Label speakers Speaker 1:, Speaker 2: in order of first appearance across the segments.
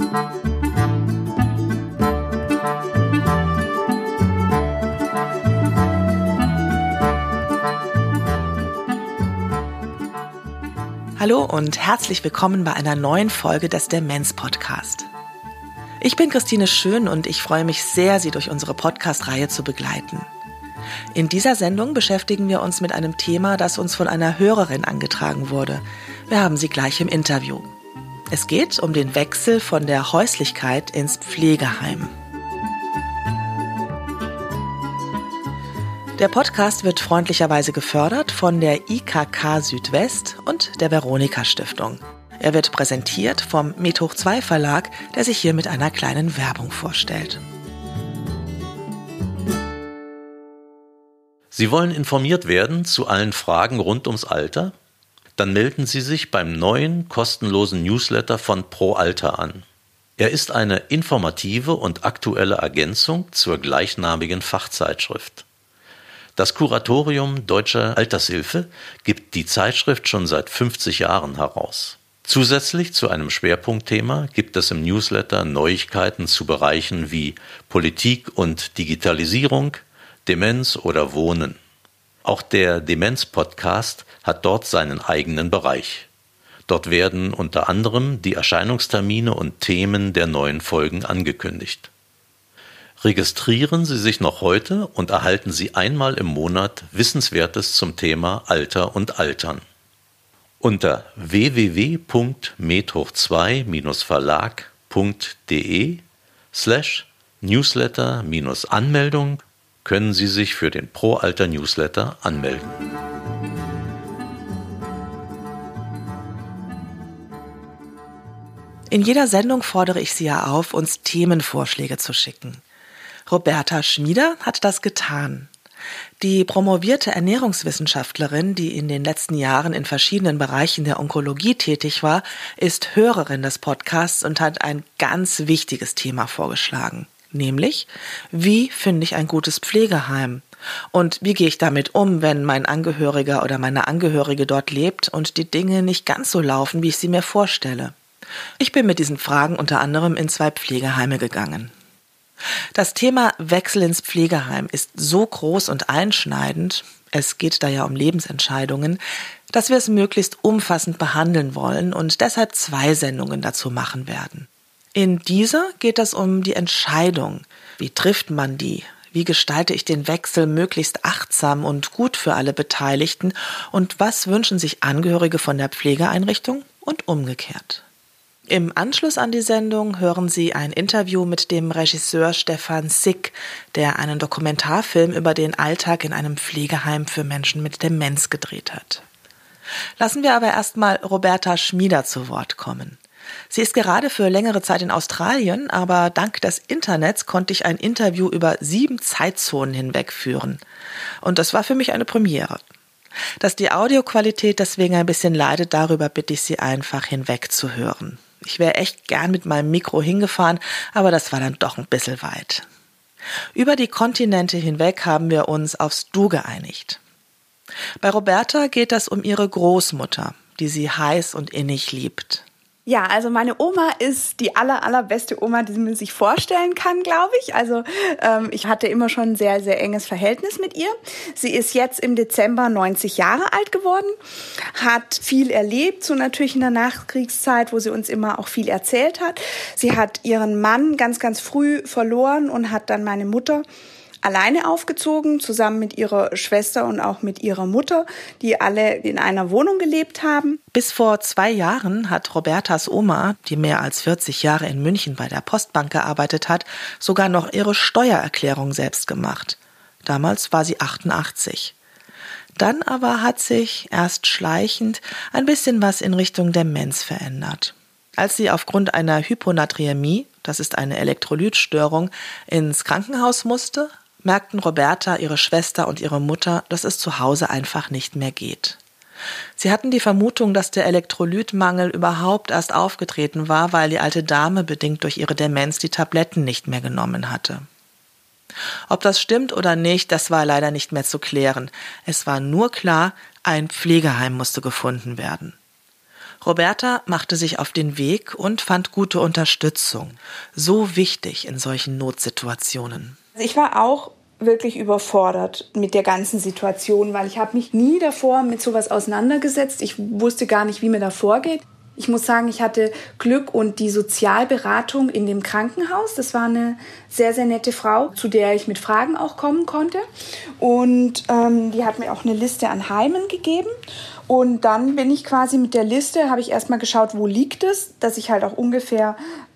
Speaker 1: Hallo und herzlich willkommen bei einer neuen Folge des Demenz-Podcast. Ich bin Christine Schön und ich freue mich sehr, Sie durch unsere Podcast-Reihe zu begleiten. In dieser Sendung beschäftigen wir uns mit einem Thema, das uns von einer Hörerin angetragen wurde. Wir haben sie gleich im Interview. Es geht um den Wechsel von der Häuslichkeit ins Pflegeheim. Der Podcast wird freundlicherweise gefördert von der IKK Südwest und der Veronika Stiftung. Er wird präsentiert vom Med+2 Verlag, der sich hier mit einer kleinen Werbung vorstellt.
Speaker 2: Sie wollen informiert werden zu allen Fragen rund ums Alter? Dann melden Sie sich beim neuen kostenlosen Newsletter von Pro Alter an. Er ist eine informative und aktuelle Ergänzung zur gleichnamigen Fachzeitschrift. Das Kuratorium Deutscher Altershilfe gibt die Zeitschrift schon seit 50 Jahren heraus. Zusätzlich zu einem Schwerpunktthema gibt es im Newsletter Neuigkeiten zu Bereichen wie Politik und Digitalisierung, Demenz oder Wohnen. Auch der Demenz-Podcast hat dort seinen eigenen Bereich. Dort werden unter anderem die Erscheinungstermine und Themen der neuen Folgen angekündigt. Registrieren Sie sich noch heute und erhalten Sie einmal im Monat Wissenswertes zum Thema Alter und Altern. Unter www.med+2-verlag.de/Newsletter-Anmeldung können Sie sich für den Pro Alter Newsletter anmelden.
Speaker 1: In jeder Sendung fordere ich Sie ja auf, uns Themenvorschläge zu schicken. Roberta Schmieder hat das getan. Die promovierte Ernährungswissenschaftlerin, die in den letzten Jahren in verschiedenen Bereichen der Onkologie tätig war, ist Hörerin des Podcasts und hat ein ganz wichtiges Thema vorgeschlagen. Nämlich, wie finde ich ein gutes Pflegeheim? Und wie gehe ich damit um, wenn mein Angehöriger oder meine Angehörige dort lebt und die Dinge nicht ganz so laufen, wie ich sie mir vorstelle? Ich bin mit diesen Fragen unter anderem in 2 Pflegeheime gegangen. Das Thema Wechsel ins Pflegeheim ist so groß und einschneidend, es geht da ja um Lebensentscheidungen, dass wir es möglichst umfassend behandeln wollen und deshalb 2 Sendungen dazu machen werden. In dieser geht es um die Entscheidung. Wie trifft man die? Wie gestalte ich den Wechsel möglichst achtsam und gut für alle Beteiligten? Und was wünschen sich Angehörige von der Pflegeeinrichtung und umgekehrt? Im Anschluss an die Sendung hören Sie ein Interview mit dem Regisseur Stefan Sick, der einen Dokumentarfilm über den Alltag in einem Pflegeheim für Menschen mit Demenz gedreht hat. Lassen wir aber erstmal Roberta Schmieder zu Wort kommen. Sie ist gerade für längere Zeit in Australien, aber dank des Internets konnte ich ein Interview über 7 Zeitzonen hinweg führen. Und das war für mich eine Premiere. Dass die Audioqualität deswegen ein bisschen leidet, darüber bitte ich Sie einfach hinwegzuhören. Ich wäre echt gern mit meinem Mikro hingefahren, aber das war dann doch ein bisschen weit. Über die Kontinente hinweg haben wir uns aufs Du geeinigt. Bei Roberta geht es um ihre Großmutter, die sie heiß und innig liebt.
Speaker 3: Ja, also meine Oma ist die allerbeste Oma, die man sich vorstellen kann, glaube ich. Also ich hatte immer schon ein sehr, sehr enges Verhältnis mit ihr. Sie ist jetzt im Dezember 90 Jahre alt geworden, hat viel erlebt, so natürlich in der Nachkriegszeit, wo sie uns immer auch viel erzählt hat. Sie hat ihren Mann ganz, ganz früh verloren und hat dann meine Mutter alleine aufgezogen, zusammen mit ihrer Schwester und auch mit ihrer Mutter, die alle in einer Wohnung gelebt haben.
Speaker 1: Bis vor 2 Jahren hat Robertas Oma, die mehr als 40 Jahre in München bei der Postbank gearbeitet hat, sogar noch ihre Steuererklärung selbst gemacht. Damals war sie 88. Dann aber hat sich erst schleichend ein bisschen was in Richtung Demenz verändert. Als sie aufgrund einer Hyponaträmie, das ist eine Elektrolytstörung, ins Krankenhaus musste, merkten Roberta, ihre Schwester und ihre Mutter, dass es zu Hause einfach nicht mehr geht. Sie hatten die Vermutung, dass der Elektrolytmangel überhaupt erst aufgetreten war, weil die alte Dame bedingt durch ihre Demenz die Tabletten nicht mehr genommen hatte. Ob das stimmt oder nicht, das war leider nicht mehr zu klären. Es war nur klar, ein Pflegeheim musste gefunden werden. Roberta machte sich auf den Weg und fand gute Unterstützung. So wichtig in solchen Notsituationen.
Speaker 3: Ich war auch wirklich überfordert mit der ganzen Situation, weil ich habe mich nie davor mit sowas auseinandergesetzt. Ich wusste gar nicht, wie mir da vorgeht. Ich muss sagen, ich hatte Glück und die Sozialberatung in dem Krankenhaus, das war eine sehr, sehr nette Frau, zu der ich mit Fragen auch kommen konnte. Und die hat mir auch eine Liste an Heimen gegeben. Und dann bin ich quasi mit der Liste, habe ich erstmal geschaut, wo liegt es, dass ich halt auch ungefähr,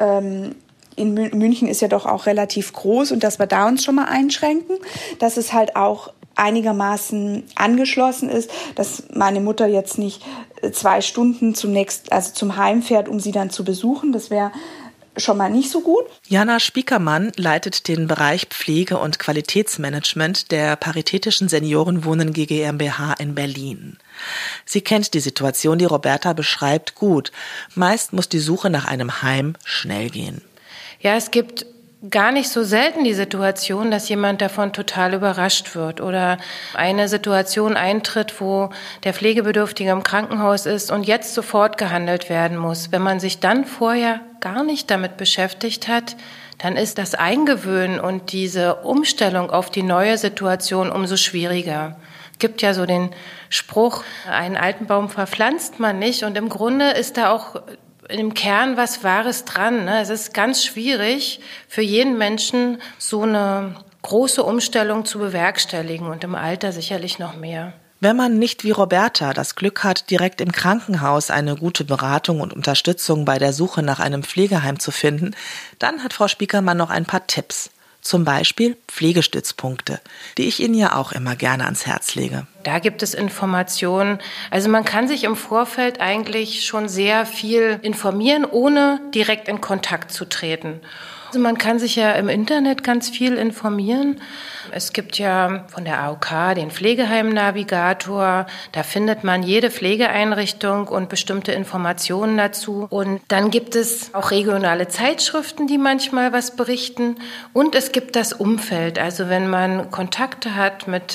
Speaker 3: in München ist ja doch auch relativ groß und dass wir da uns schon mal einschränken, dass es halt auch einigermaßen angeschlossen ist, dass meine Mutter jetzt nicht 2 Stunden zum Heim fährt, um sie dann zu besuchen. Das wäre schon mal nicht so gut.
Speaker 1: Jana Spiekermann leitet den Bereich Pflege- und Qualitätsmanagement der Paritätischen Seniorenwohnen GmbH in Berlin. Sie kennt die Situation, die Roberta beschreibt, gut. Meist muss die Suche nach einem Heim schnell gehen.
Speaker 4: Ja, es gibt gar nicht so selten die Situation, dass jemand davon total überrascht wird oder eine Situation eintritt, wo der Pflegebedürftige im Krankenhaus ist und jetzt sofort gehandelt werden muss. Wenn man sich dann vorher gar nicht damit beschäftigt hat, dann ist das Eingewöhnen und diese Umstellung auf die neue Situation umso schwieriger. Es gibt ja so den Spruch, einen alten Baum verpflanzt man nicht, und im Grunde ist da auch im Kern was Wahres dran. Es ist ganz schwierig für jeden Menschen, so eine große Umstellung zu bewerkstelligen, und im Alter sicherlich noch mehr.
Speaker 1: Wenn man nicht wie Roberta das Glück hat, direkt im Krankenhaus eine gute Beratung und Unterstützung bei der Suche nach einem Pflegeheim zu finden, dann hat Frau Spiekermann noch ein paar Tipps. Zum Beispiel Pflegestützpunkte, die ich Ihnen ja auch immer gerne ans Herz lege.
Speaker 4: Da gibt es Informationen. Also man kann sich im Vorfeld eigentlich schon sehr viel informieren, ohne direkt in Kontakt zu treten. Also man kann sich ja im Internet ganz viel informieren. Es gibt ja von der AOK den Pflegeheim-Navigator. Da findet man jede Pflegeeinrichtung und bestimmte Informationen dazu. Und dann gibt es auch regionale Zeitschriften, die manchmal was berichten. Und es gibt das Umfeld. Also wenn man Kontakte hat mit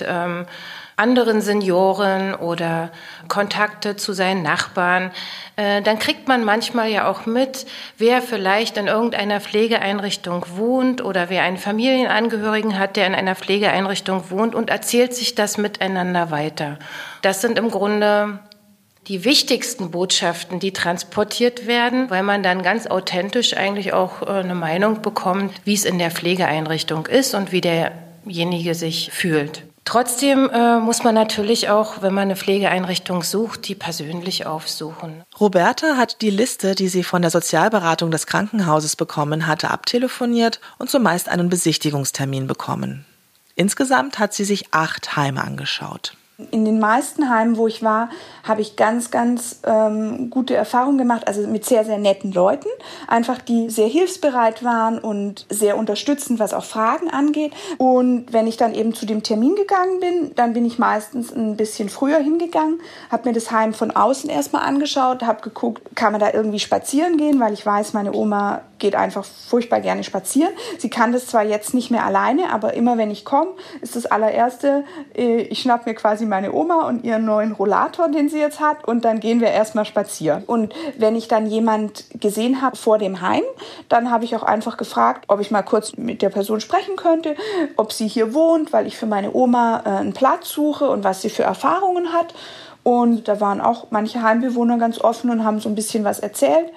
Speaker 4: anderen Senioren oder Kontakte zu seinen Nachbarn, dann kriegt man manchmal ja auch mit, wer vielleicht in irgendeiner Pflegeeinrichtung wohnt oder wer einen Familienangehörigen hat, der in einer Pflegeeinrichtung wohnt, und erzählt sich das miteinander weiter. Das sind im Grunde die wichtigsten Botschaften, die transportiert werden, weil man dann ganz authentisch eigentlich auch eine Meinung bekommt, wie es in der Pflegeeinrichtung ist und wie derjenige sich fühlt. Trotzdem muss man natürlich auch, wenn man eine Pflegeeinrichtung sucht, die persönlich aufsuchen.
Speaker 1: Roberta hat die Liste, die sie von der Sozialberatung des Krankenhauses bekommen hatte, abtelefoniert und zumeist einen Besichtigungstermin bekommen. Insgesamt hat sie sich 8 Heime angeschaut.
Speaker 3: In den meisten Heimen, wo ich war, habe ich ganz, ganz gute Erfahrungen gemacht, also mit sehr, sehr netten Leuten, einfach die sehr hilfsbereit waren und sehr unterstützend, was auch Fragen angeht. Und wenn ich dann eben zu dem Termin gegangen bin, dann bin ich meistens ein bisschen früher hingegangen, habe mir das Heim von außen erstmal angeschaut, habe geguckt, kann man da irgendwie spazieren gehen, weil ich weiß, meine Oma geht einfach furchtbar gerne spazieren. Sie kann das zwar jetzt nicht mehr alleine, aber immer wenn ich komme, ist das allererste, ich schnapp mir quasi meine Oma und ihren neuen Rollator, den sie jetzt hat, und dann gehen wir erstmal spazieren. Und wenn ich dann jemand gesehen habe vor dem Heim, dann habe ich auch einfach gefragt, ob ich mal kurz mit der Person sprechen könnte, ob sie hier wohnt, weil ich für meine Oma einen Platz suche und was sie für Erfahrungen hat. Und da waren auch manche Heimbewohner ganz offen und haben so ein bisschen was erzählt.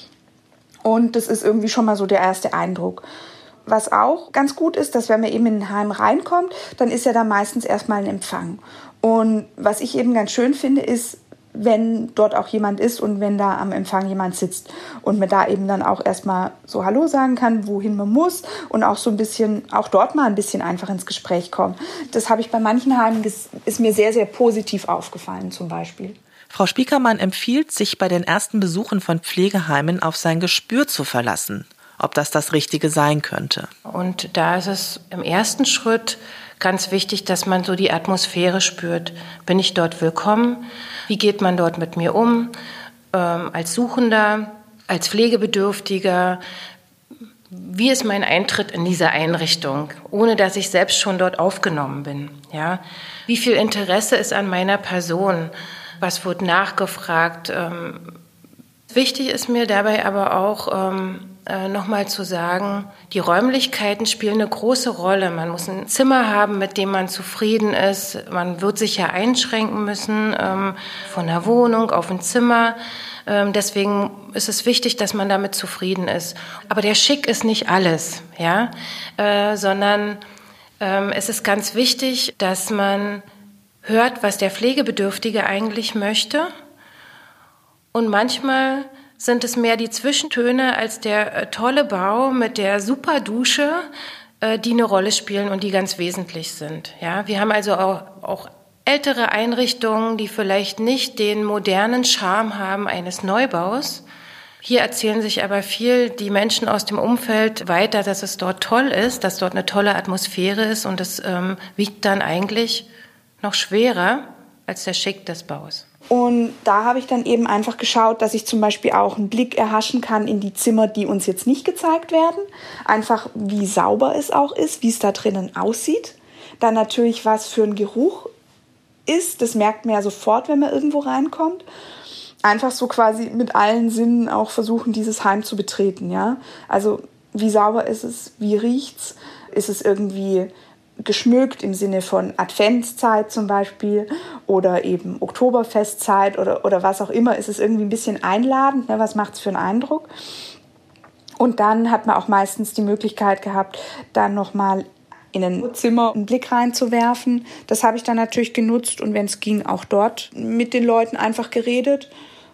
Speaker 3: Und das ist irgendwie schon mal so der erste Eindruck. Was auch ganz gut ist, dass wenn man eben in ein Heim reinkommt, dann ist ja da meistens erstmal ein Empfang. Und was ich eben ganz schön finde, ist, wenn dort auch jemand ist und wenn da am Empfang jemand sitzt und man da eben dann auch erstmal so Hallo sagen kann, wohin man muss, und auch so ein bisschen, auch dort mal ein bisschen einfach ins Gespräch kommen. Das habe ich bei manchen Heimen, ist mir sehr, sehr positiv aufgefallen zum Beispiel.
Speaker 1: Frau Spiekermann empfiehlt, sich bei den ersten Besuchen von Pflegeheimen auf sein Gespür zu verlassen, ob das Richtige sein könnte.
Speaker 4: Und da ist es im ersten Schritt ganz wichtig, dass man so die Atmosphäre spürt. Bin ich dort willkommen? Wie geht man dort mit mir um? Als Suchender, als Pflegebedürftiger? Wie ist mein Eintritt in diese Einrichtung, ohne dass ich selbst schon dort aufgenommen bin? Ja? Wie viel Interesse ist an meiner Person? Was wird nachgefragt? Wichtig ist mir dabei aber auch nochmal zu sagen, die Räumlichkeiten spielen eine große Rolle. Man muss ein Zimmer haben, mit dem man zufrieden ist. Man wird sich ja einschränken müssen von einer Wohnung auf ein Zimmer. Deswegen ist es wichtig, dass man damit zufrieden ist. Aber der Schick ist nicht alles, ja, sondern es ist ganz wichtig, dass man hört, was der Pflegebedürftige eigentlich möchte. Und manchmal sind es mehr die Zwischentöne als der tolle Bau mit der super Dusche, die eine Rolle spielen und die ganz wesentlich sind. Ja, wir haben also auch ältere Einrichtungen, die vielleicht nicht den modernen Charme haben eines Neubaus. Hier erzählen sich aber viel die Menschen aus dem Umfeld weiter, dass es dort toll ist, dass dort eine tolle Atmosphäre ist und es wiegt dann eigentlich noch schwerer als der Schick des Baus.
Speaker 3: Und da habe ich dann eben einfach geschaut, dass ich zum Beispiel auch einen Blick erhaschen kann in die Zimmer, die uns jetzt nicht gezeigt werden. Einfach, wie sauber es auch ist, wie es da drinnen aussieht. Dann natürlich, was für ein Geruch ist. Das merkt man ja sofort, wenn man irgendwo reinkommt. Einfach so quasi mit allen Sinnen auch versuchen, dieses Heim zu betreten. Ja? Also, wie sauber ist es? Wie riecht's? Ist es irgendwie geschmückt im Sinne von Adventszeit zum Beispiel oder eben Oktoberfestzeit oder was auch immer, ist es irgendwie ein bisschen einladend, ne? Was macht es für einen Eindruck? Und dann hat man auch meistens die Möglichkeit gehabt, dann nochmal in ein Zimmer einen Blick reinzuwerfen. Das habe ich dann natürlich genutzt und wenn es ging, auch dort mit den Leuten einfach geredet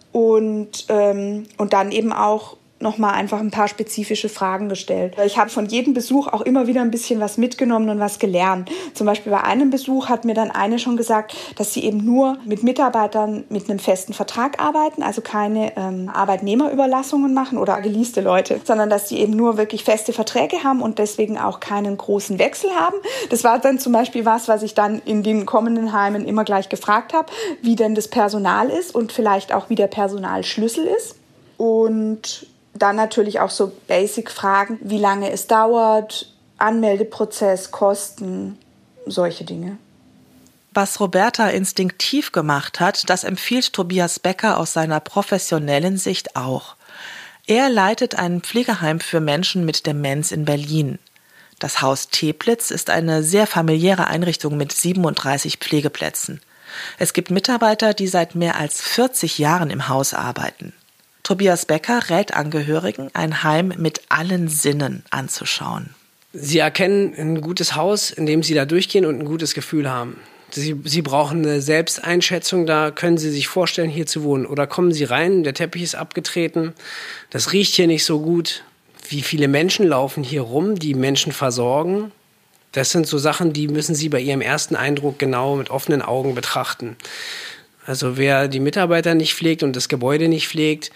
Speaker 3: und dann eben auch nochmal einfach ein paar spezifische Fragen gestellt. Ich habe von jedem Besuch auch immer wieder ein bisschen was mitgenommen und was gelernt. Zum Beispiel bei einem Besuch hat mir dann eine schon gesagt, dass sie eben nur mit Mitarbeitern mit einem festen Vertrag arbeiten, also keine Arbeitnehmerüberlassungen machen oder geleaste Leute, sondern dass die eben nur wirklich feste Verträge haben und deswegen auch keinen großen Wechsel haben. Das war dann zum Beispiel was ich dann in den kommenden Heimen immer gleich gefragt habe, wie denn das Personal ist und vielleicht auch wie der Personalschlüssel ist. Und dann natürlich auch so Basic-Fragen, wie lange es dauert, Anmeldeprozess, Kosten, solche Dinge.
Speaker 1: Was Roberta instinktiv gemacht hat, das empfiehlt Tobias Becker aus seiner professionellen Sicht auch. Er leitet ein Pflegeheim für Menschen mit Demenz in Berlin. Das Haus Teplitz ist eine sehr familiäre Einrichtung mit 37 Pflegeplätzen. Es gibt Mitarbeiter, die seit mehr als 40 Jahren im Haus arbeiten. Tobias Becker rät Angehörigen, ein Heim mit allen Sinnen anzuschauen.
Speaker 5: Sie erkennen ein gutes Haus, in dem Sie da durchgehen und ein gutes Gefühl haben. Sie brauchen eine Selbsteinschätzung, da können Sie sich vorstellen, hier zu wohnen. Oder kommen Sie rein, der Teppich ist abgetreten, das riecht hier nicht so gut. Wie viele Menschen laufen hier rum, die Menschen versorgen? Das sind so Sachen, die müssen Sie bei Ihrem ersten Eindruck genau mit offenen Augen betrachten. Also wer die Mitarbeiter nicht pflegt und das Gebäude nicht pflegt,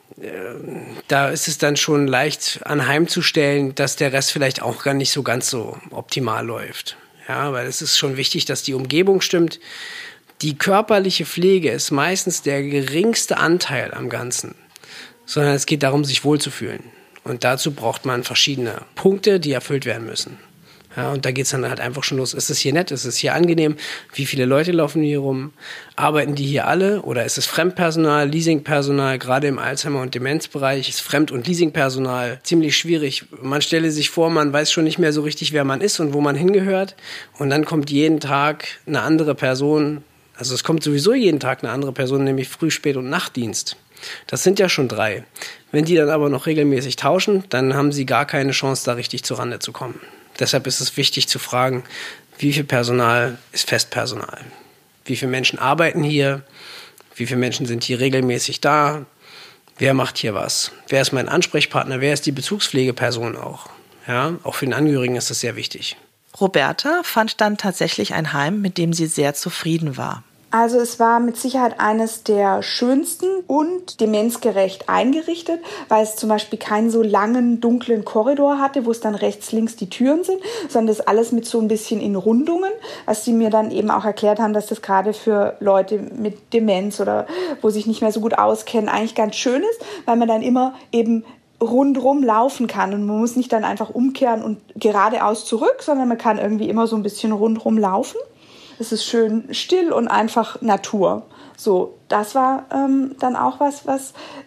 Speaker 5: da ist es dann schon leicht anheimzustellen, dass der Rest vielleicht auch gar nicht so ganz so optimal läuft. Ja, weil es ist schon wichtig, dass die Umgebung stimmt. Die körperliche Pflege ist meistens der geringste Anteil am Ganzen, sondern es geht darum, sich wohlzufühlen. Und dazu braucht man verschiedene Punkte, die erfüllt werden müssen. Ja, und da geht's dann halt einfach schon los. Ist es hier nett? Ist es hier angenehm? Wie viele Leute laufen hier rum? Arbeiten die hier alle? Oder ist es Fremdpersonal, Leasingpersonal? Gerade im Alzheimer- und Demenzbereich ist Fremd- und Leasingpersonal ziemlich schwierig. Man stelle sich vor, man weiß schon nicht mehr so richtig, wer man ist und wo man hingehört. Und dann kommt jeden Tag eine andere Person. Also es kommt sowieso jeden Tag eine andere Person, nämlich Früh-, Spät- und Nachtdienst. Das sind ja schon 3. Wenn die dann aber noch regelmäßig tauschen, dann haben sie gar keine Chance, da richtig zurande zu kommen. Deshalb ist es wichtig zu fragen, wie viel Personal ist Festpersonal? Wie viele Menschen arbeiten hier? Wie viele Menschen sind hier regelmäßig da? Wer macht hier was? Wer ist mein Ansprechpartner? Wer ist die Bezugspflegeperson auch? Ja, auch für den Angehörigen ist das sehr wichtig.
Speaker 1: Roberta fand dann tatsächlich ein Heim, mit dem sie sehr zufrieden war.
Speaker 3: Also es war mit Sicherheit eines der schönsten und demenzgerecht eingerichtet, weil es zum Beispiel keinen so langen, dunklen Korridor hatte, wo es dann rechts, links die Türen sind, sondern das alles mit so ein bisschen in Rundungen, was sie mir dann eben auch erklärt haben, dass das gerade für Leute mit Demenz oder wo sich nicht mehr so gut auskennen, eigentlich ganz schön ist, weil man dann immer eben rundrum laufen kann und man muss nicht dann einfach umkehren und geradeaus zurück, sondern man kann irgendwie immer so ein bisschen rundrum laufen. Es ist schön still und einfach Natur. So, das war dann auch was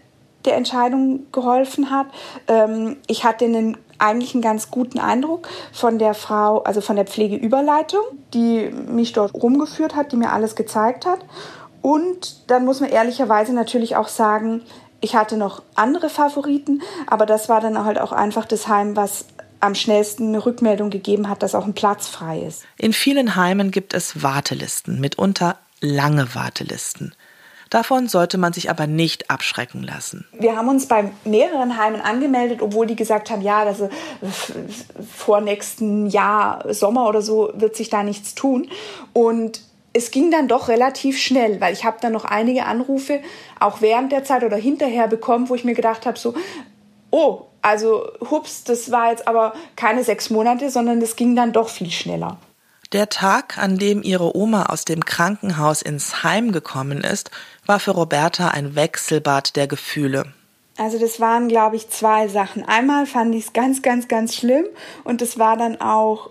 Speaker 3: der Entscheidung geholfen hat. Ich hatte eigentlich einen ganz guten Eindruck von der Frau, also von der Pflegeüberleitung, die mich dort rumgeführt hat, die mir alles gezeigt hat. Und dann muss man ehrlicherweise natürlich auch sagen, ich hatte noch andere Favoriten, aber das war dann halt auch einfach das Heim, was am schnellsten eine Rückmeldung gegeben hat, dass auch ein Platz frei ist.
Speaker 1: In vielen Heimen gibt es Wartelisten, mitunter lange Wartelisten. Davon sollte man sich aber nicht abschrecken lassen.
Speaker 3: Wir haben uns bei mehreren Heimen angemeldet, obwohl die gesagt haben, ja, also vor nächsten Jahr, Sommer oder so, wird sich da nichts tun. Und es ging dann doch relativ schnell, weil ich habe dann noch einige Anrufe, auch während der Zeit oder hinterher bekommen, wo ich mir gedacht habe, so, oh, also hups, das war jetzt aber keine 6 Monate, sondern das ging dann doch viel schneller.
Speaker 1: Der Tag, an dem ihre Oma aus dem Krankenhaus ins Heim gekommen ist, war für Roberta ein Wechselbad der Gefühle.
Speaker 3: Also das waren, glaube ich, 2 Sachen. Einmal fand ich es ganz, ganz, ganz schlimm und das war dann auch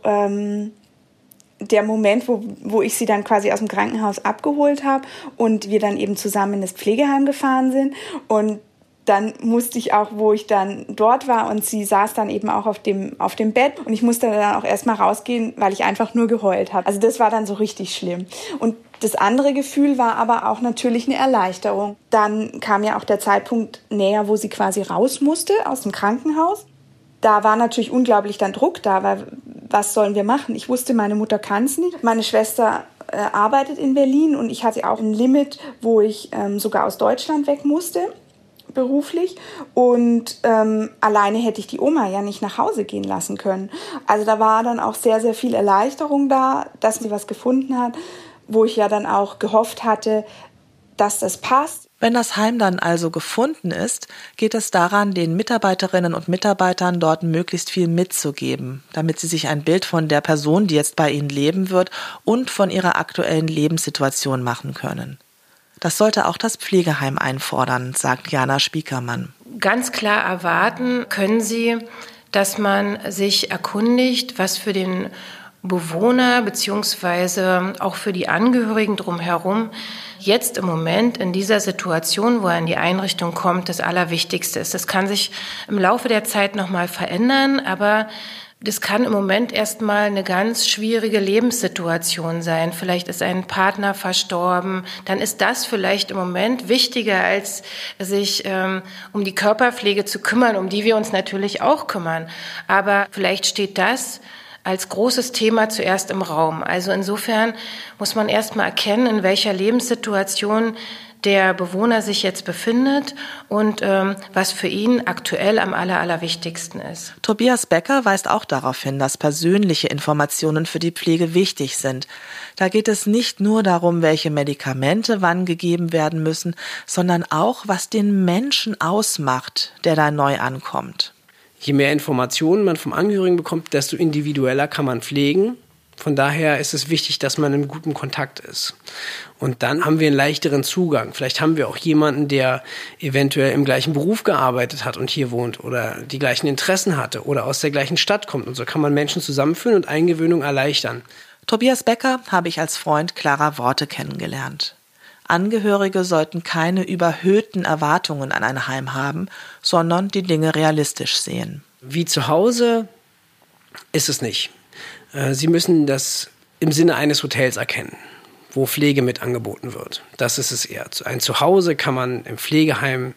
Speaker 3: der Moment, wo ich sie dann quasi aus dem Krankenhaus abgeholt habe und wir dann eben zusammen in das Pflegeheim gefahren sind. Und dann musste ich auch, wo ich dann dort war und sie saß dann eben auch auf dem Bett und ich musste dann auch erstmal rausgehen, weil ich einfach nur geheult habe. Also das war dann so richtig schlimm. Und das andere Gefühl war aber auch natürlich eine Erleichterung. Dann kam ja auch der Zeitpunkt näher, wo sie quasi raus musste aus dem Krankenhaus. Da war natürlich unglaublich dann Druck da, weil was sollen wir machen? Ich wusste, meine Mutter kann es nicht. Meine Schwester arbeitet in Berlin und ich hatte auch ein Limit, wo ich sogar aus Deutschland weg musste, beruflich. Und alleine hätte ich die Oma ja nicht nach Hause gehen lassen können. Also da war dann auch sehr, sehr viel Erleichterung da, dass sie was gefunden hat, wo ich ja dann auch gehofft hatte, dass das passt.
Speaker 1: Wenn das Heim dann also gefunden ist, geht es daran, den Mitarbeiterinnen und Mitarbeitern dort möglichst viel mitzugeben, damit sie sich ein Bild von der Person, die jetzt bei ihnen leben wird, und von ihrer aktuellen Lebenssituation machen können. Das sollte auch das Pflegeheim einfordern, sagt Jana Spiekermann.
Speaker 4: Ganz klar erwarten können Sie, dass man sich erkundigt, was für den Bewohner bzw. auch für die Angehörigen drumherum jetzt im Moment in dieser Situation, wo er in die Einrichtung kommt, das Allerwichtigste ist. Das kann sich im Laufe der Zeit nochmal verändern, aber das kann im Moment erstmal eine ganz schwierige Lebenssituation sein. Vielleicht ist ein Partner verstorben, dann ist das vielleicht im Moment wichtiger, als sich um die Körperpflege zu kümmern, um die wir uns natürlich auch kümmern. Aber vielleicht steht das als großes Thema zuerst im Raum. Also insofern muss man erstmal erkennen, in welcher Lebenssituation der Bewohner sich jetzt befindet und was für ihn aktuell am allerwichtigsten ist.
Speaker 1: Tobias Becker weist auch darauf hin, dass persönliche Informationen für die Pflege wichtig sind. Da geht es nicht nur darum, welche Medikamente wann gegeben werden müssen, sondern auch, was den Menschen ausmacht, der da neu ankommt.
Speaker 5: Je mehr Informationen man vom Angehörigen bekommt, desto individueller kann man pflegen. Von daher ist es wichtig, dass man in gutem Kontakt ist. Und dann haben wir einen leichteren Zugang. Vielleicht haben wir auch jemanden, der eventuell im gleichen Beruf gearbeitet hat und hier wohnt oder die gleichen Interessen hatte oder aus der gleichen Stadt kommt. Und so kann man Menschen zusammenführen und Eingewöhnung erleichtern.
Speaker 1: Tobias Becker habe ich als Freund klarer Worte kennengelernt. Angehörige sollten keine überhöhten Erwartungen an ein Heim haben, sondern die Dinge realistisch sehen.
Speaker 5: Wie zu Hause ist es nicht. Sie müssen das im Sinne eines Hotels erkennen, wo Pflege mit angeboten wird. Das ist es eher. Ein Zuhause kann man im Pflegeheim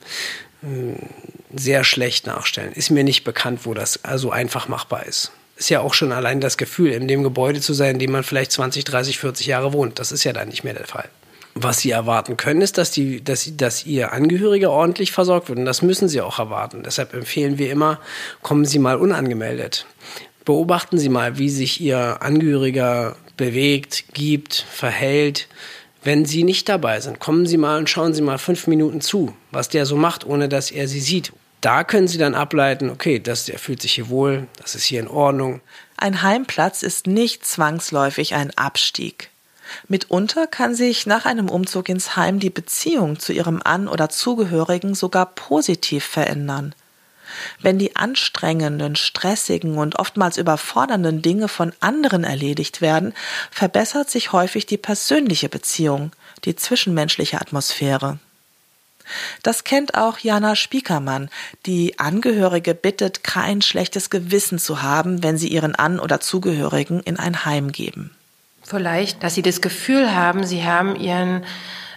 Speaker 5: sehr schlecht nachstellen. Ist mir nicht bekannt, wo das so einfach machbar ist. Ist ja auch schon allein das Gefühl, in dem Gebäude zu sein, in dem man vielleicht 20, 30, 40 Jahre wohnt. Das ist ja dann nicht mehr der Fall. Was Sie erwarten können, ist, dass Ihr Angehöriger ordentlich versorgt wird. Und das müssen Sie auch erwarten. Deshalb empfehlen wir immer, kommen Sie mal unangemeldet. Beobachten Sie mal, wie sich Ihr Angehöriger bewegt, gibt, verhält. Wenn Sie nicht dabei sind, kommen Sie mal und schauen Sie mal 5 Minuten zu, was der so macht, ohne dass er Sie sieht. Da können Sie dann ableiten, okay, der fühlt sich hier wohl, das ist hier in Ordnung.
Speaker 1: Ein Heimplatz ist nicht zwangsläufig ein Abstieg. Mitunter kann sich nach einem Umzug ins Heim die Beziehung zu ihrem An- oder Zugehörigen sogar positiv verändern. Wenn die anstrengenden, stressigen und oftmals überfordernden Dinge von anderen erledigt werden, verbessert sich häufig die persönliche Beziehung, die zwischenmenschliche Atmosphäre. Das kennt auch Jana Spiekermann. Die Angehörige bittet, kein schlechtes Gewissen zu haben, wenn sie ihren An- oder Zugehörigen in ein Heim geben.
Speaker 4: Vielleicht, dass sie das Gefühl haben, sie haben ihren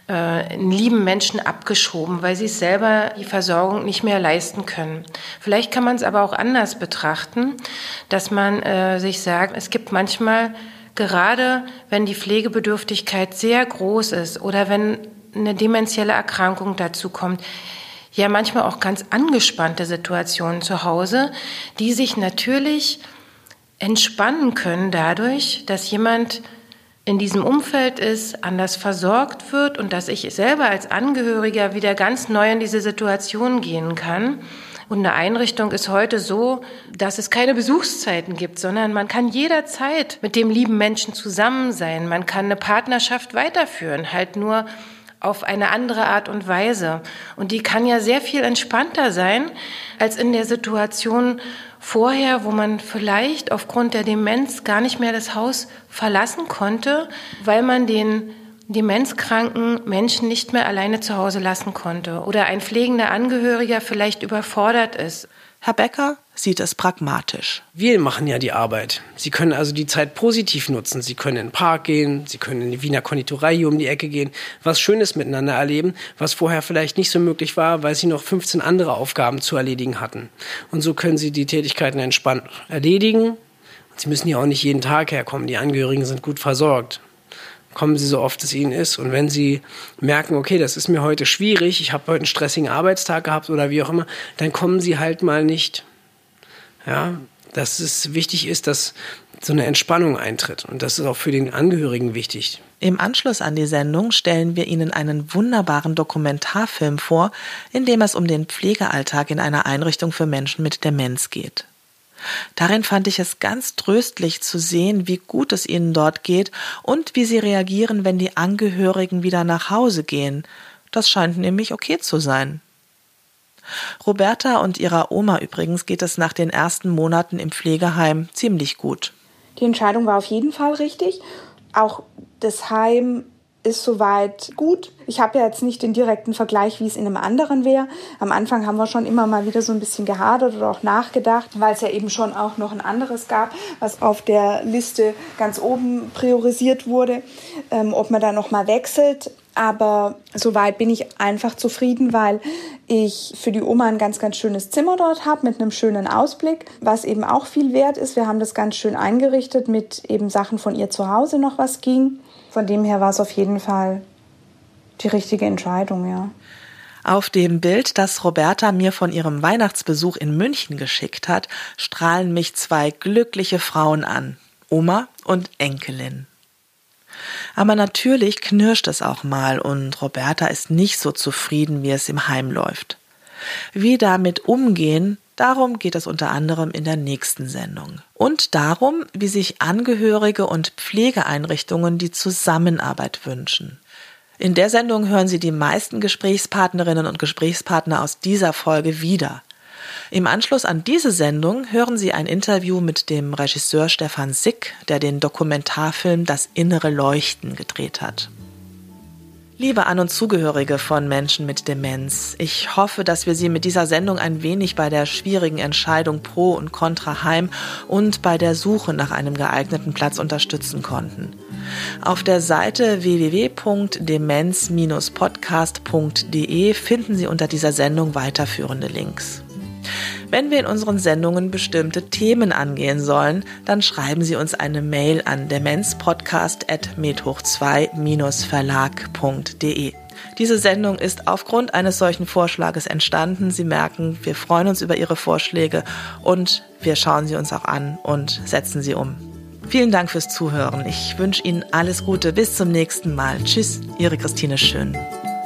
Speaker 4: lieben Menschen abgeschoben, weil sie selber die Versorgung nicht mehr leisten können. Vielleicht kann man es aber auch anders betrachten, dass man sich sagt, es gibt manchmal, gerade wenn die Pflegebedürftigkeit sehr groß ist oder wenn eine dementielle Erkrankung dazu kommt, ja manchmal auch ganz angespannte Situationen zu Hause, die sich natürlich entspannen können dadurch, dass jemand in diesem Umfeld ist, anders versorgt wird und dass ich selber als Angehöriger wieder ganz neu in diese Situation gehen kann. Und eine Einrichtung ist heute so, dass es keine Besuchszeiten gibt, sondern man kann jederzeit mit dem lieben Menschen zusammen sein. Man kann eine Partnerschaft weiterführen, halt nur auf eine andere Art und Weise. Und die kann ja sehr viel entspannter sein als in der Situation vorher, wo man vielleicht aufgrund der Demenz gar nicht mehr das Haus verlassen konnte, weil man den demenzkranken Menschen nicht mehr alleine zu Hause lassen konnte oder ein pflegender Angehöriger vielleicht überfordert ist.
Speaker 1: Herr Becker sieht es pragmatisch.
Speaker 5: Wir machen ja die Arbeit. Sie können also die Zeit positiv nutzen. Sie können in den Park gehen, Sie können in die Wiener Konditorei hier um die Ecke gehen, was Schönes miteinander erleben, was vorher vielleicht nicht so möglich war, weil Sie noch 15 andere Aufgaben zu erledigen hatten. Und so können Sie die Tätigkeiten entspannt erledigen. Und Sie müssen ja auch nicht jeden Tag herkommen. Die Angehörigen sind gut versorgt. Kommen Sie so oft es Ihnen ist. Und wenn Sie merken, okay, das ist mir heute schwierig, ich habe heute einen stressigen Arbeitstag gehabt oder wie auch immer, dann kommen Sie halt mal nicht. Ja, dass es wichtig ist, dass so eine Entspannung eintritt. Und das ist auch für den Angehörigen wichtig.
Speaker 1: Im Anschluss an die Sendung stellen wir Ihnen einen wunderbaren Dokumentarfilm vor, in dem es um den Pflegealltag in einer Einrichtung für Menschen mit Demenz geht. Darin fand ich es ganz tröstlich zu sehen, wie gut es ihnen dort geht und wie sie reagieren, wenn die Angehörigen wieder nach Hause gehen. Das scheint nämlich okay zu sein. Roberta und ihrer Oma übrigens geht es nach den ersten Monaten im Pflegeheim ziemlich gut.
Speaker 3: Die Entscheidung war auf jeden Fall richtig. Auch das Heim ist soweit gut. Ich habe ja jetzt nicht den direkten Vergleich, wie es in einem anderen wäre. Am Anfang haben wir schon immer mal wieder so ein bisschen gehadert oder auch nachgedacht, weil es ja eben schon auch noch ein anderes gab, was auf der Liste ganz oben priorisiert wurde, ob man da noch mal wechselt. Aber soweit bin ich einfach zufrieden, weil ich für die Oma ein ganz, ganz schönes Zimmer dort habe mit einem schönen Ausblick, was eben auch viel wert ist. Wir haben das ganz schön eingerichtet mit eben Sachen von ihr zu Hause noch, was ging. Von dem her war es auf jeden Fall die richtige Entscheidung, ja.
Speaker 1: Auf dem Bild, das Roberta mir von ihrem Weihnachtsbesuch in München geschickt hat, strahlen mich zwei glückliche Frauen an, Oma und Enkelin. Aber natürlich knirscht es auch mal und Roberta ist nicht so zufrieden, wie es im Heim läuft. Wie damit umgehen, darum geht es unter anderem in der nächsten Sendung. Und darum, wie sich Angehörige und Pflegeeinrichtungen die Zusammenarbeit wünschen. In der Sendung hören Sie die meisten Gesprächspartnerinnen und Gesprächspartner aus dieser Folge wieder. Im Anschluss an diese Sendung hören Sie ein Interview mit dem Regisseur Stefan Sick, der den Dokumentarfilm Das innere Leuchten gedreht hat. Liebe An- und Zugehörige von Menschen mit Demenz, ich hoffe, dass wir Sie mit dieser Sendung ein wenig bei der schwierigen Entscheidung pro und contra Heim und bei der Suche nach einem geeigneten Platz unterstützen konnten. Auf der Seite www.demenz-podcast.de finden Sie unter dieser Sendung weiterführende Links. Wenn wir in unseren Sendungen bestimmte Themen angehen sollen, dann schreiben Sie uns eine Mail an demenzpodcast@med2-verlag.de. Diese Sendung ist aufgrund eines solchen Vorschlages entstanden. Sie merken, wir freuen uns über Ihre Vorschläge und wir schauen sie uns auch an und setzen sie um. Vielen Dank fürs Zuhören. Ich wünsche Ihnen alles Gute. Bis zum nächsten Mal. Tschüss, Ihre Christine Schön.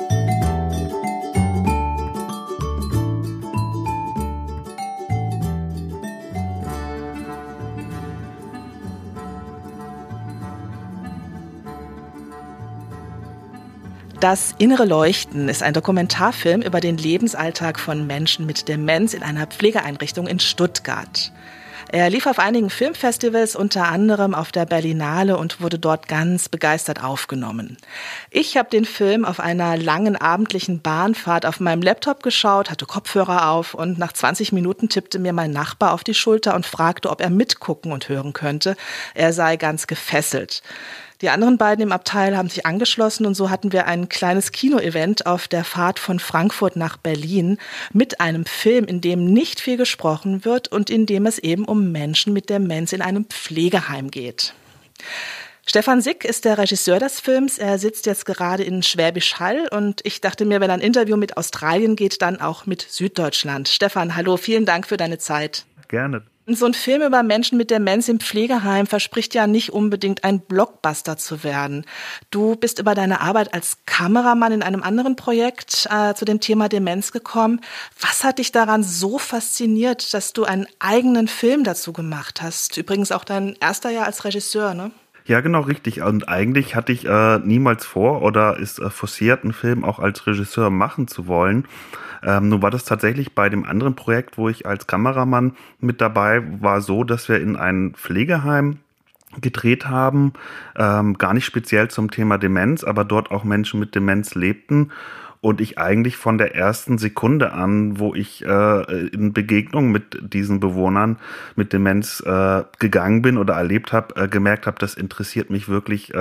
Speaker 1: Das innere Leuchten ist ein Dokumentarfilm über den Lebensalltag von Menschen mit Demenz in einer Pflegeeinrichtung in Stuttgart. Er lief auf einigen Filmfestivals, unter anderem auf der Berlinale, und wurde dort ganz begeistert aufgenommen. Ich habe den Film auf einer langen abendlichen Bahnfahrt auf meinem Laptop geschaut, hatte Kopfhörer auf und nach 20 Minuten tippte mir mein Nachbar auf die Schulter und fragte, ob er mitgucken und hören könnte. Er sei ganz gefesselt. Die anderen beiden im Abteil haben sich angeschlossen und so hatten wir ein kleines Kino-Event auf der Fahrt von Frankfurt nach Berlin mit einem Film, in dem nicht viel gesprochen wird und in dem es eben um Menschen mit Demenz in einem Pflegeheim geht. Stefan Sick ist der Regisseur des Films. Er sitzt jetzt gerade in Schwäbisch Hall und ich dachte mir, wenn ein Interview mit Australien geht, dann auch mit Süddeutschland. Stefan, hallo, vielen Dank für deine Zeit.
Speaker 6: Gerne.
Speaker 1: So ein Film über Menschen mit Demenz im Pflegeheim verspricht ja nicht unbedingt ein Blockbuster zu werden. Du bist über deine Arbeit als Kameramann in einem anderen Projekt zu dem Thema Demenz gekommen. Was hat dich daran so fasziniert, dass du einen eigenen Film dazu gemacht hast? Übrigens auch dein erster Jahr als Regisseur, ne?
Speaker 6: Ja, genau, richtig. Und eigentlich hatte ich niemals vor oder ist forciert, einen Film auch als Regisseur machen zu wollen. Nun war das tatsächlich bei dem anderen Projekt, wo ich als Kameramann mit dabei war, so, dass wir in ein Pflegeheim gedreht haben, gar nicht speziell zum Thema Demenz, aber dort auch Menschen mit Demenz lebten. Und ich eigentlich von der ersten Sekunde an, wo ich in Begegnung mit diesen Bewohnern mit Demenz gegangen bin oder erlebt habe, gemerkt habe, das interessiert mich wirklich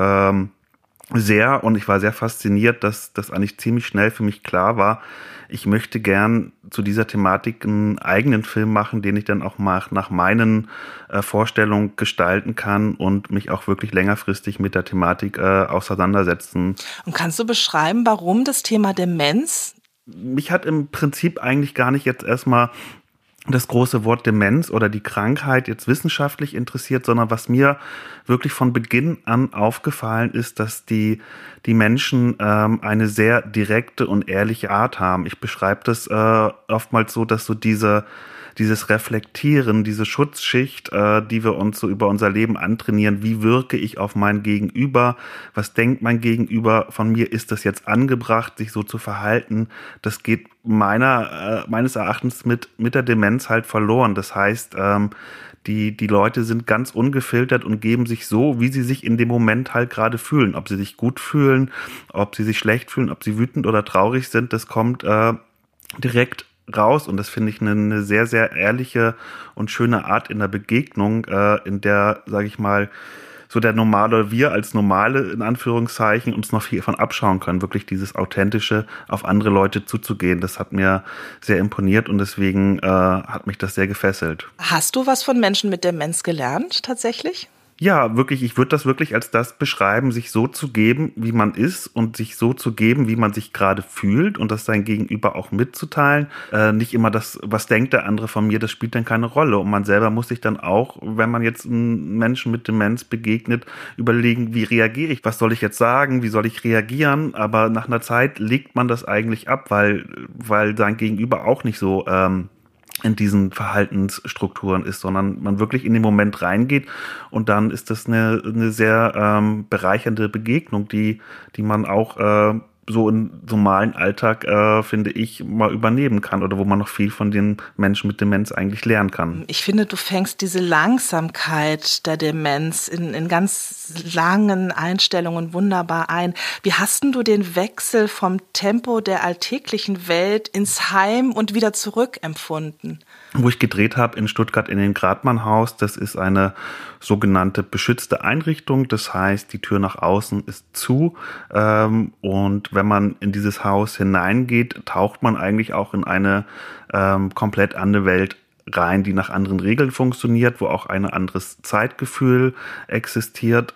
Speaker 6: sehr. Und ich war sehr fasziniert, dass das eigentlich ziemlich schnell für mich klar war, ich möchte gern zu dieser Thematik einen eigenen Film machen, den ich dann auch mal nach meinen Vorstellungen gestalten kann und mich auch wirklich längerfristig mit der Thematik auseinandersetzen.
Speaker 1: Und kannst du beschreiben, warum das Thema Demenz?
Speaker 6: Mich hat im Prinzip eigentlich gar nicht jetzt erstmal das große Wort Demenz oder die Krankheit jetzt wissenschaftlich interessiert, sondern was mir wirklich von Beginn an aufgefallen ist, dass die Menschen eine sehr direkte und ehrliche Art haben. Ich beschreibe das oftmals so, dass so dieses Reflektieren, diese Schutzschicht, die wir uns so über unser Leben antrainieren, wie wirke ich auf mein Gegenüber, was denkt mein Gegenüber von mir, ist das jetzt angebracht, sich so zu verhalten, das geht meines Erachtens mit der Demenz halt verloren. Das heißt, die Leute sind ganz ungefiltert und geben sich so, wie sie sich in dem Moment halt gerade fühlen. Ob sie sich gut fühlen, ob sie sich schlecht fühlen, ob sie wütend oder traurig sind, das kommt direkt raus und das finde ich eine sehr, sehr ehrliche und schöne Art in der Begegnung, in der, sage ich mal, so der Normale, wir als Normale in Anführungszeichen uns noch viel von abschauen können, wirklich dieses Authentische auf andere Leute zuzugehen. Das hat mir sehr imponiert und deswegen hat mich das sehr gefesselt.
Speaker 1: Hast du was von Menschen mit Demenz gelernt, tatsächlich?
Speaker 6: Ja, wirklich, ich würde das wirklich als das beschreiben, sich so zu geben, wie man ist und sich so zu geben, wie man sich gerade fühlt und das sein Gegenüber auch mitzuteilen. Nicht immer das, was denkt der andere von mir, das spielt dann keine Rolle. Und man selber muss sich dann auch, wenn man jetzt einem Menschen mit Demenz begegnet, überlegen, wie reagiere ich, was soll ich jetzt sagen, wie soll ich reagieren. Aber nach einer Zeit legt man das eigentlich ab, weil sein Gegenüber auch nicht so in diesen Verhaltensstrukturen ist, sondern man wirklich in den Moment reingeht und dann ist das eine sehr bereichernde Begegnung, die man auch so im normalen Alltag, finde ich, mal übernehmen kann oder wo man noch viel von den Menschen mit Demenz eigentlich lernen kann.
Speaker 1: Ich finde, du fängst diese Langsamkeit der Demenz in ganz langen Einstellungen wunderbar ein. Wie hast denn du den Wechsel vom Tempo der alltäglichen Welt ins Heim und wieder zurück empfunden?
Speaker 6: Wo ich gedreht habe in Stuttgart in den Gradmann-Haus, das ist eine sogenannte beschützte Einrichtung, das heißt, die Tür nach außen ist zu und wenn man in dieses Haus hineingeht, taucht man eigentlich auch in eine komplett andere Welt rein, die nach anderen Regeln funktioniert, wo auch ein anderes Zeitgefühl existiert.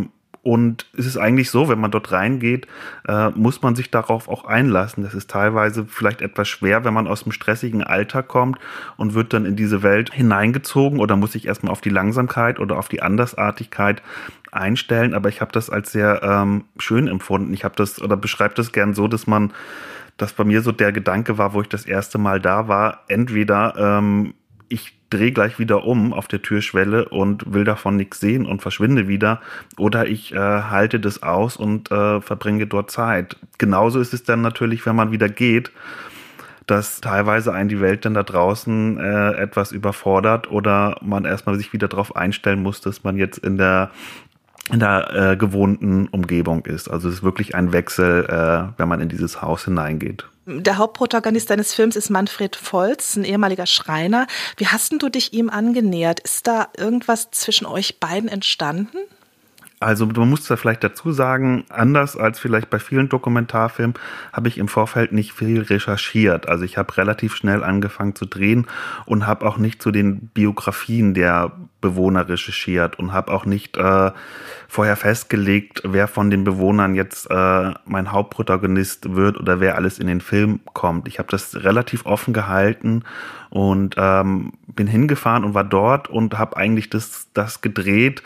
Speaker 6: Und es ist eigentlich so, wenn man dort reingeht, muss man sich darauf auch einlassen. Das ist teilweise vielleicht etwas schwer, wenn man aus dem stressigen Alltag kommt und wird dann in diese Welt hineingezogen oder muss sich erstmal auf die Langsamkeit oder auf die Andersartigkeit einstellen. Aber ich habe das als sehr schön empfunden. Ich habe das oder beschreibe das gern so, dass bei mir so der Gedanke war, wo ich das erste Mal da war, entweder ich drehe gleich wieder um auf der Türschwelle und will davon nichts sehen und verschwinde wieder oder ich halte das aus und verbringe dort Zeit. Genauso ist es dann natürlich, wenn man wieder geht, dass teilweise einen die Welt dann da draußen etwas überfordert oder man erstmal sich wieder darauf einstellen muss, dass man jetzt in der gewohnten Umgebung ist. Also es ist wirklich ein Wechsel, wenn man in dieses Haus hineingeht.
Speaker 1: Der Hauptprotagonist deines Films ist Manfred Volz, ein ehemaliger Schreiner. Wie hast denn du dich ihm angenähert? Ist da irgendwas zwischen euch beiden entstanden?
Speaker 6: Also man muss da vielleicht dazu sagen, anders als vielleicht bei vielen Dokumentarfilmen habe ich im Vorfeld nicht viel recherchiert. Also ich habe relativ schnell angefangen zu drehen und habe auch nicht zu den Biografien der Bewohner recherchiert und habe auch nicht vorher festgelegt, wer von den Bewohnern jetzt mein Hauptprotagonist wird oder wer alles in den Film kommt. Ich habe das relativ offen gehalten und bin hingefahren und war dort und habe eigentlich das gedreht,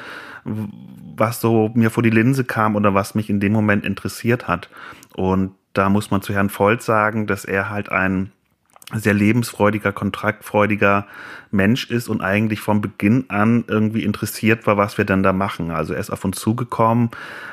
Speaker 6: was so mir vor die Linse kam oder was mich in dem Moment interessiert hat. Und da muss man zu Herrn Volz sagen, dass er halt ein sehr lebensfreudiger, kontaktfreudiger Mensch ist und eigentlich von Beginn an irgendwie interessiert war, was wir dann da machen. Also er ist auf uns zugekommen,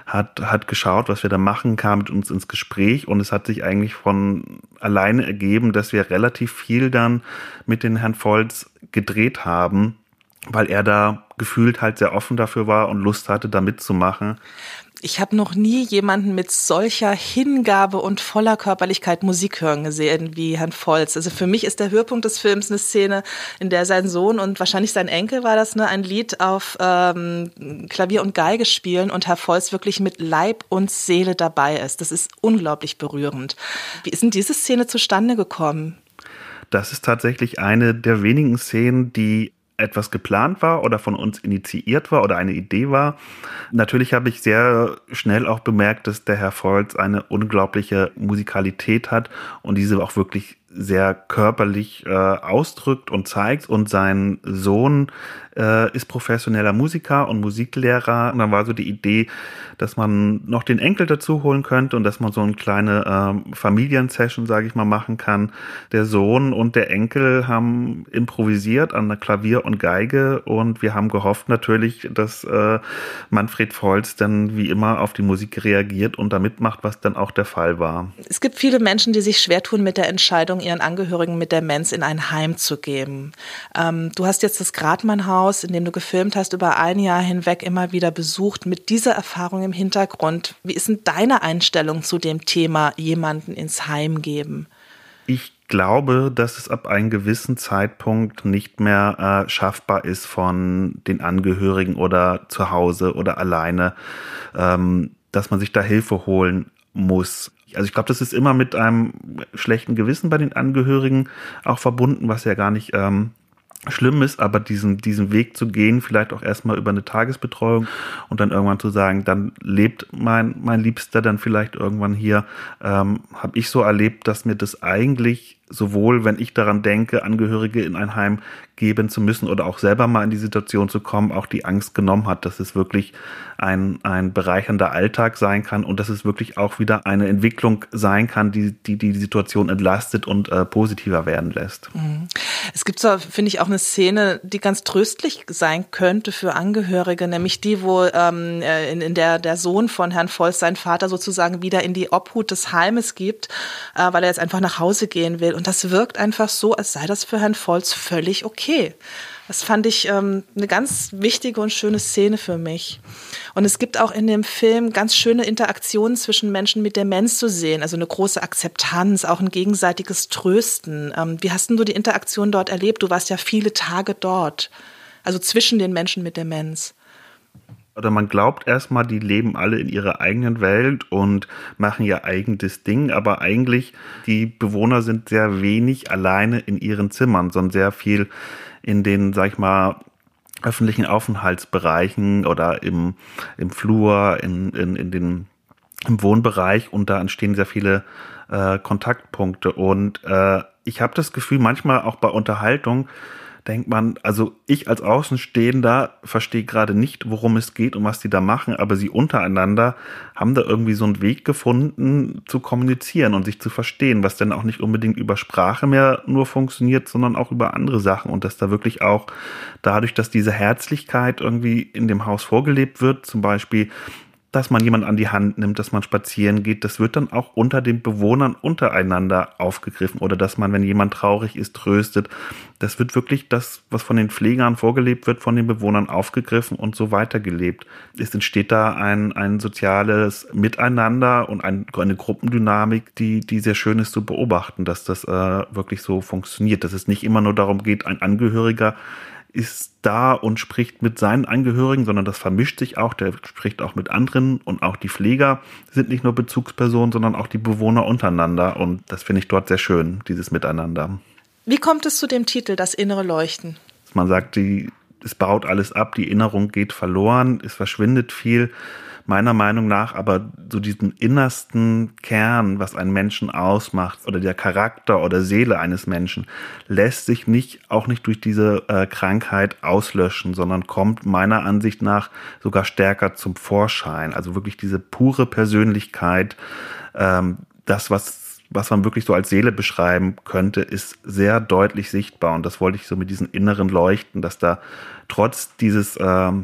Speaker 6: hat geschaut, was wir da machen, kam mit uns ins Gespräch und es hat sich eigentlich von alleine ergeben, dass wir relativ viel dann mit den Herrn Volz gedreht haben, weil er da gefühlt halt sehr offen dafür war und Lust hatte, da mitzumachen.
Speaker 1: Ich habe noch nie jemanden mit solcher Hingabe und voller Körperlichkeit Musik hören gesehen wie Herrn Volz. Also für mich ist der Höhepunkt des Films eine Szene, in der sein Sohn und wahrscheinlich sein Enkel war das, ein Lied auf Klavier und Geige spielen und Herr Volz wirklich mit Leib und Seele dabei ist. Das ist unglaublich berührend. Wie ist denn diese Szene zustande gekommen?
Speaker 6: Das ist tatsächlich eine der wenigen Szenen, die etwas geplant war oder von uns initiiert war oder eine Idee war. Natürlich habe ich sehr schnell auch bemerkt, dass der Herr Volz eine unglaubliche Musikalität hat und diese auch wirklich sehr körperlich ausdrückt und zeigt. Und sein Sohn ist professioneller Musiker und Musiklehrer. Und dann war so die Idee, dass man noch den Enkel dazu holen könnte und dass man so eine kleine Familiensession, sage ich mal, machen kann. Der Sohn und der Enkel haben improvisiert an der Klavier und Geige und wir haben gehofft natürlich, dass Manfred Volz dann wie immer auf die Musik reagiert und da mitmacht, was dann auch der Fall war.
Speaker 1: Es gibt viele Menschen, die sich schwer tun mit der Entscheidung, ihren Angehörigen mit Demenz in ein Heim zu geben. Du hast jetzt das Gradmann-Haus, in dem du gefilmt hast, über ein Jahr hinweg immer wieder besucht, mit dieser Erfahrung im Hintergrund. Wie ist denn deine Einstellung zu dem Thema jemanden ins Heim geben?
Speaker 6: Ich glaube, dass es ab einem gewissen Zeitpunkt nicht mehr schaffbar ist von den Angehörigen oder zu Hause oder alleine, dass man sich da Hilfe holen muss. Also ich glaube, das ist immer mit einem schlechten Gewissen bei den Angehörigen auch verbunden, was ja gar nicht schlimm ist, aber diesen Weg zu gehen, vielleicht auch erstmal über eine Tagesbetreuung und dann irgendwann zu sagen, dann lebt mein Liebster dann vielleicht irgendwann hier, habe ich so erlebt, dass mir das eigentlich sowohl, wenn ich daran denke, Angehörige in ein Heim geben zu müssen oder auch selber mal in die Situation zu kommen, auch die Angst genommen hat, dass es wirklich ein bereichernder Alltag sein kann und dass es wirklich auch wieder eine Entwicklung sein kann, die Situation entlastet und positiver werden lässt.
Speaker 1: Es gibt so, finde ich, auch eine Szene, die ganz tröstlich sein könnte für Angehörige, nämlich die, wo in der Sohn von Herrn Volz seinen Vater sozusagen wieder in die Obhut des Heimes gibt, weil er jetzt einfach nach Hause gehen will. Und das wirkt einfach so, als sei das für Herrn Volz völlig okay. Das fand ich eine ganz wichtige und schöne Szene für mich. Und es gibt auch in dem Film ganz schöne Interaktionen zwischen Menschen mit Demenz zu sehen. Also eine große Akzeptanz, auch ein gegenseitiges Trösten. Wie hast denn du die Interaktion dort erlebt? Du warst ja viele Tage dort. Also zwischen den Menschen mit Demenz.
Speaker 6: Oder man glaubt erstmal, die leben alle in ihrer eigenen Welt und machen ihr eigenes Ding, aber eigentlich die Bewohner sind sehr wenig alleine in ihren Zimmern, sondern sehr viel in den, sag ich mal, öffentlichen Aufenthaltsbereichen oder im Flur, im Wohnbereich und da entstehen sehr viele Kontaktpunkte und ich habe das Gefühl, manchmal auch bei Unterhaltung, denkt man, also ich als Außenstehender verstehe gerade nicht, worum es geht und was die da machen, aber sie untereinander haben da irgendwie so einen Weg gefunden, zu kommunizieren und sich zu verstehen, was dann auch nicht unbedingt über Sprache mehr nur funktioniert, sondern auch über andere Sachen und dass da wirklich auch dadurch, dass diese Herzlichkeit irgendwie in dem Haus vorgelebt wird, zum Beispiel dass man jemanden an die Hand nimmt, dass man spazieren geht, das wird dann auch unter den Bewohnern untereinander aufgegriffen oder dass man, wenn jemand traurig ist, tröstet. Das wird wirklich das, was von den Pflegern vorgelebt wird, von den Bewohnern aufgegriffen und so weitergelebt. Es entsteht da ein soziales Miteinander und eine Gruppendynamik, die sehr schön ist zu beobachten, dass das wirklich so funktioniert, dass es nicht immer nur darum geht, ein Angehöriger ist da und spricht mit seinen Angehörigen, sondern das vermischt sich auch, der spricht auch mit anderen und auch die Pfleger sind nicht nur Bezugspersonen, sondern auch die Bewohner untereinander und das finde ich dort sehr schön, dieses Miteinander.
Speaker 1: Wie kommt es zu dem Titel, das innere Leuchten?
Speaker 6: Man sagt, es baut alles ab, die Erinnerung geht verloren, es verschwindet viel, meiner Meinung nach aber so diesen innersten Kern, was einen Menschen ausmacht oder der Charakter oder Seele eines Menschen, lässt sich auch nicht durch diese Krankheit auslöschen, sondern kommt meiner Ansicht nach sogar stärker zum Vorschein. Also wirklich diese pure Persönlichkeit, das, was man wirklich so als Seele beschreiben könnte, ist sehr deutlich sichtbar. Und das wollte ich so mit diesen inneren Leuchten, dass da trotz dieses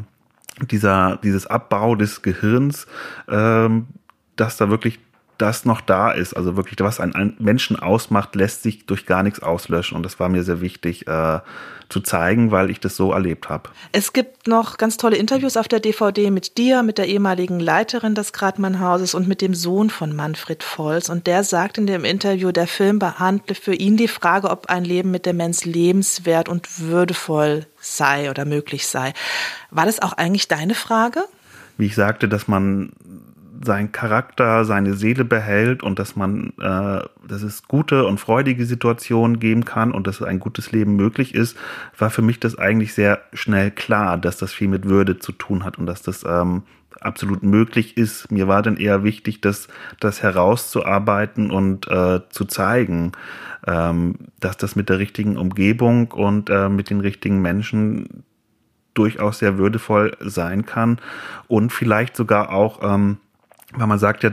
Speaker 6: Abbau des Gehirns, dass da wirklich das noch da ist. Also wirklich, was einen Menschen ausmacht, lässt sich durch gar nichts auslöschen. Und das war mir sehr wichtig zu zeigen, weil ich das so erlebt habe.
Speaker 1: Es gibt noch ganz tolle Interviews auf der DVD mit dir, mit der ehemaligen Leiterin des Gradmann-Hauses und mit dem Sohn von Manfred Volz. Und der sagt in dem Interview, der Film behandle für ihn die Frage, ob ein Leben mit Demenz lebenswert und würdevoll sei oder möglich sei. War das auch eigentlich deine Frage?
Speaker 6: Wie ich sagte, dass man seinen Charakter, seine Seele behält und dass es gute und freudige Situationen geben kann und dass ein gutes Leben möglich ist, war für mich das eigentlich sehr schnell klar, dass das viel mit Würde zu tun hat und dass das absolut möglich ist. Mir war dann eher wichtig, das herauszuarbeiten und zu zeigen, dass das mit der richtigen Umgebung und mit den richtigen Menschen durchaus sehr würdevoll sein kann und vielleicht sogar auch weil man sagt ja,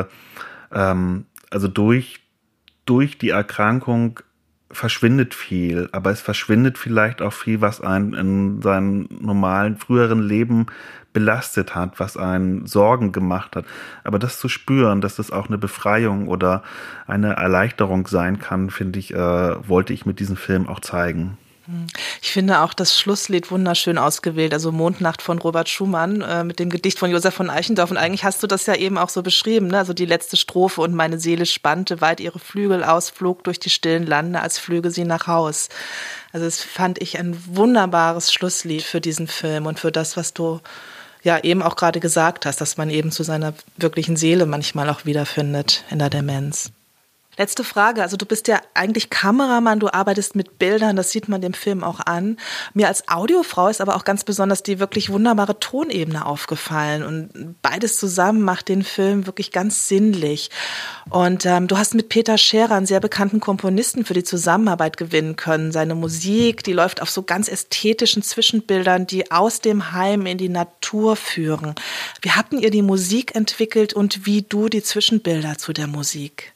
Speaker 6: also durch die Erkrankung verschwindet viel, aber es verschwindet vielleicht auch viel, was einen in seinem normalen, früheren Leben belastet hat, was einen Sorgen gemacht hat. Aber das zu spüren, dass das auch eine Befreiung oder eine Erleichterung sein kann, finde ich, wollte ich mit diesem Film auch zeigen.
Speaker 1: Ich finde auch das Schlusslied wunderschön ausgewählt, also Mondnacht von Robert Schumann mit dem Gedicht von Josef von Eichendorff. Und eigentlich hast du das ja eben auch so beschrieben, ne? Also die letzte Strophe: Und meine Seele spannte weit ihre Flügel aus, flog durch die stillen Lande, als flüge sie nach Haus. Also das fand ich ein wunderbares Schlusslied für diesen Film und für das, was du ja eben auch gerade gesagt hast, dass man eben zu seiner wirklichen Seele manchmal auch wiederfindet in der Demenz. Letzte Frage, also du bist ja eigentlich Kameramann, du arbeitest mit Bildern, das sieht man dem Film auch an. Mir als Audiofrau ist aber auch ganz besonders die wirklich wunderbare Tonebene aufgefallen und beides zusammen macht den Film wirklich ganz sinnlich. Und du hast mit Peter Scherer, einen sehr bekannten Komponisten, für die Zusammenarbeit gewinnen können. Seine Musik, die läuft auf so ganz ästhetischen Zwischenbildern, die aus dem Heim in die Natur führen. Wie habt ihr die Musik entwickelt und wie du die Zwischenbilder zu der Musik?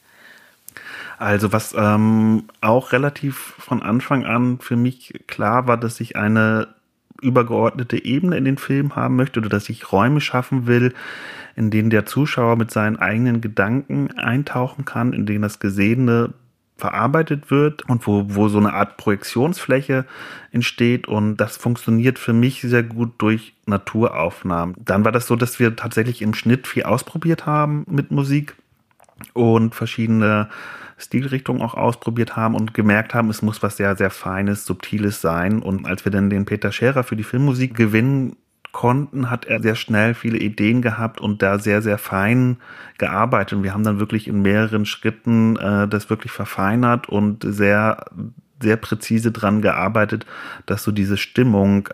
Speaker 6: Also was auch relativ von Anfang an für mich klar war, dass ich eine übergeordnete Ebene in den Film haben möchte oder dass ich Räume schaffen will, in denen der Zuschauer mit seinen eigenen Gedanken eintauchen kann, in denen das Gesehene verarbeitet wird und wo so eine Art Projektionsfläche entsteht, und das funktioniert für mich sehr gut durch Naturaufnahmen. Dann war das so, dass wir tatsächlich im Schnitt viel ausprobiert haben mit Musik und verschiedene Stilrichtungen auch ausprobiert haben und gemerkt haben, es muss was sehr, sehr Feines, Subtiles sein. Und als wir dann den Peter Scherer für die Filmmusik gewinnen konnten, hat er sehr schnell viele Ideen gehabt und da sehr, sehr fein gearbeitet. Und wir haben dann wirklich in mehreren Schritten das wirklich verfeinert und sehr, sehr präzise dran gearbeitet, dass so diese Stimmung,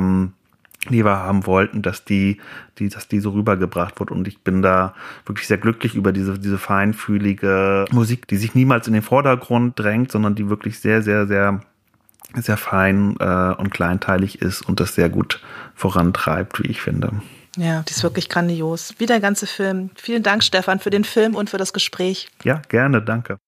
Speaker 6: die wir haben wollten, dass die so rübergebracht wird. Und ich bin da wirklich sehr glücklich über diese feinfühlige Musik, die sich niemals in den Vordergrund drängt, sondern die wirklich sehr, sehr, sehr, sehr fein und kleinteilig ist und das sehr gut vorantreibt, wie ich finde.
Speaker 1: Ja, die ist wirklich grandios. Wie der ganze Film. Vielen Dank, Stefan, für den Film und für das Gespräch.
Speaker 6: Ja, gerne, danke.